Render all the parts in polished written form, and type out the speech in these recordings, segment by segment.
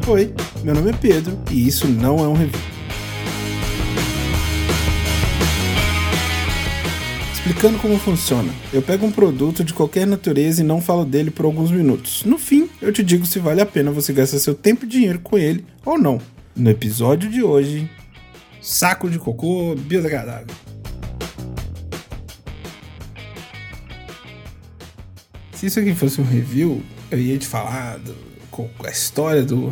Oi, meu nome é Pedro e isso não é um review. Explicando como funciona, eu pego um produto de qualquer natureza e não falo dele por alguns minutos. No fim, eu te digo se vale a pena você gastar seu tempo e dinheiro com ele ou não. No episódio de hoje, saco de cocô biodegradável. Se isso aqui fosse um review, eu ia te falar a história do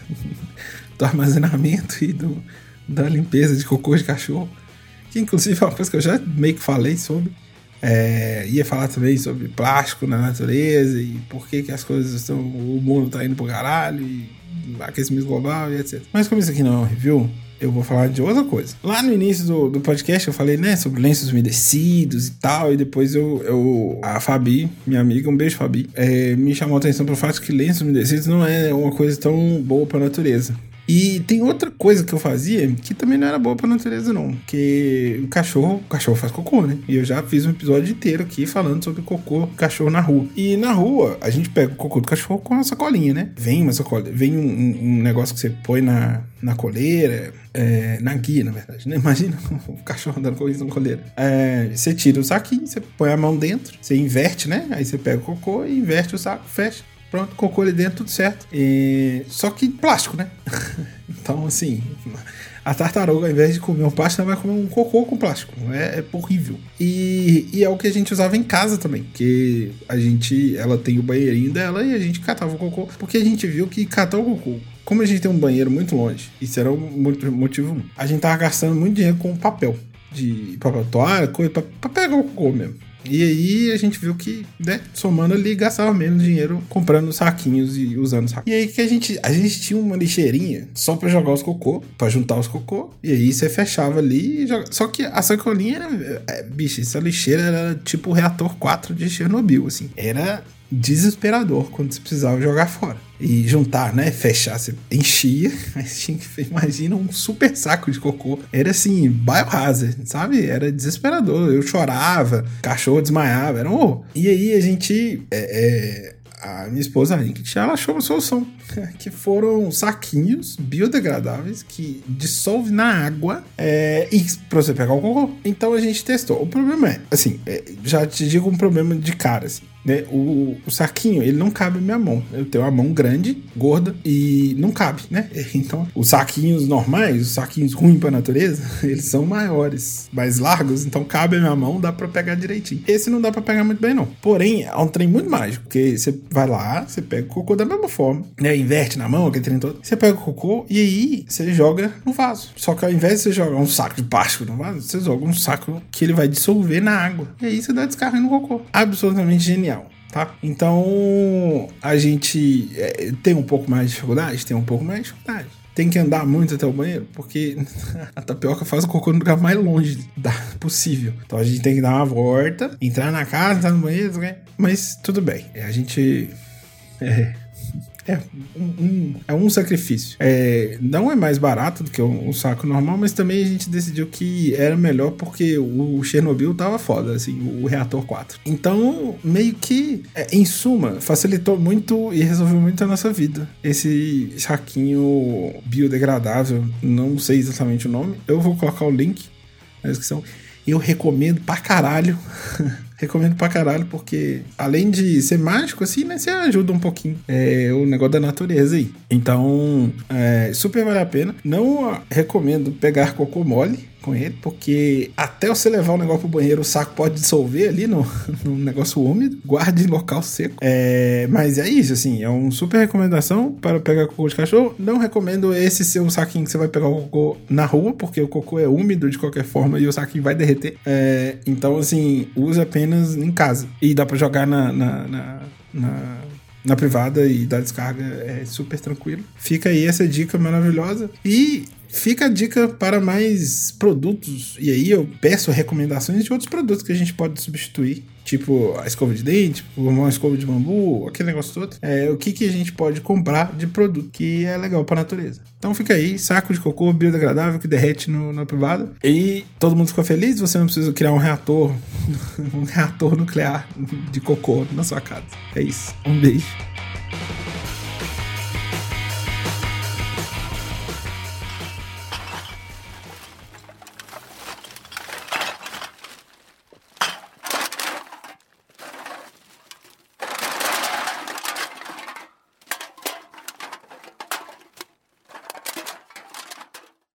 armazenamento e da limpeza de cocô de cachorro, que inclusive é uma coisa que eu já meio que falei sobre. Ia falar também sobre plástico na natureza e por que as coisas estão, o mundo tá indo pro caralho e aquecimento global e etc. Mas como isso aqui não é um review, eu vou falar de outra coisa. Lá no início do podcast eu falei, né, sobre lenços umedecidos e tal, e depois a Fabi, minha amiga, um beijo Fabi, me chamou a atenção pro fato que lenços umedecidos não é uma coisa tão boa pra natureza. E tem outra coisa que eu fazia que também não era boa pra natureza não, que o cachorro faz cocô, né? E eu já fiz um episódio inteiro aqui falando sobre cocô do cachorro na rua. E na rua, a gente pega o cocô do cachorro com uma sacolinha, né? Vem uma sacola, vem um negócio que você põe na coleira, na guia, na verdade, né? Imagina o cachorro andando com isso na coleira. Você tira o saquinho, você põe a mão dentro, você inverte, né? Aí você pega o cocô e inverte o saco, fecha. Pronto, cocô ali dentro, tudo certo. Só que plástico, né? Então, assim, a tartaruga, ao invés de comer um plástico, ela vai comer um cocô com plástico. É horrível. E é o que a gente usava em casa também. Porque ela tem o banheirinho dela e a gente catava o cocô. Porque a gente viu que catar o cocô, como a gente tem um banheiro muito longe, isso era motivo 1. A gente tava gastando muito dinheiro com papel. De papel toalha, coisa pra pegar o cocô mesmo. E aí a gente viu que, né, somando ali, gastava menos dinheiro comprando saquinhos e usando saquinhos. E aí que a gente tinha uma lixeirinha só pra jogar os cocô, pra juntar os cocô. E aí você fechava ali e jogava. Só que a sacolinha era... bicho, essa lixeira era tipo o reator 4 de Chernobyl, assim. Era desesperador quando você precisava jogar fora. E juntar, né? Fechar, você enchia, mas tinha que, imagina, um super saco de cocô. Era assim, biohazard, sabe? Era desesperador. Eu chorava, cachorro desmaiava, era um horror. E aí a gente... a minha esposa, a Ingrid, ela achou uma solução, que foram saquinhos biodegradáveis que dissolve na água e pra você pegar o cocô. Então a gente testou. O problema assim, já te digo um problema de cara, assim, né? O saquinho, ele não cabe na minha mão. Eu tenho uma mão grande, gorda, e não cabe, né? Então, os saquinhos normais, os saquinhos ruins pra natureza, eles são maiores, mais largos, então cabe a minha mão, dá pra pegar direitinho. Esse não dá pra pegar muito bem, não. Porém, é um trem muito mágico, porque você vai lá, você pega o cocô da mesma forma, né? Inverte na mão, aquele trem todo. Você pega o cocô e aí você joga no vaso. Só que ao invés de você jogar um saco de plástico no vaso, você joga um saco que ele vai dissolver na água. E aí você dá descarga no cocô. Absolutamente genial. Tá? Então a gente tem um pouco mais de dificuldade? Tem que andar muito até o banheiro, porque a tapioca faz o cocô no lugar mais longe possível. Então a gente tem que dar uma volta, entrar na casa, entrar no banheiro, né? Mas tudo bem. A gente... É um sacrifício. Não é mais barato do que um saco normal, mas também a gente decidiu que era melhor porque o Chernobyl tava foda, assim, o reator 4. Então, meio que, em suma, facilitou muito e resolveu muito a nossa vida. Esse saquinho biodegradável, não sei exatamente o nome, eu vou colocar o link na descrição. Eu recomendo pra caralho. Recomendo pra caralho, porque além de ser mágico, assim, né, você ajuda um pouquinho o negócio da natureza aí. Então, super vale a pena. Não recomendo pegar cocô mole com ele, porque até você levar o negócio pro banheiro, o saco pode dissolver ali no negócio úmido. Guarde em local seco. Mas é isso, assim, é uma super recomendação para pegar cocô de cachorro. Não recomendo esse ser um saquinho que você vai pegar o cocô na rua, porque o cocô é úmido de qualquer forma e o saquinho vai derreter. Então, assim, usa apenas em casa. E dá pra jogar na privada e dar descarga, é super tranquilo. Fica aí essa dica maravilhosa. E fica a dica para mais produtos. E aí eu peço recomendações de outros produtos que a gente pode substituir. Tipo a escova de dente, uma escova de bambu, aquele negócio todo. O que a gente pode comprar de produto que é legal para a natureza. Então fica aí, saco de cocô biodegradável que derrete na privada. E todo mundo ficou feliz, você não precisa criar um reator nuclear de cocô na sua casa. É isso. Um beijo.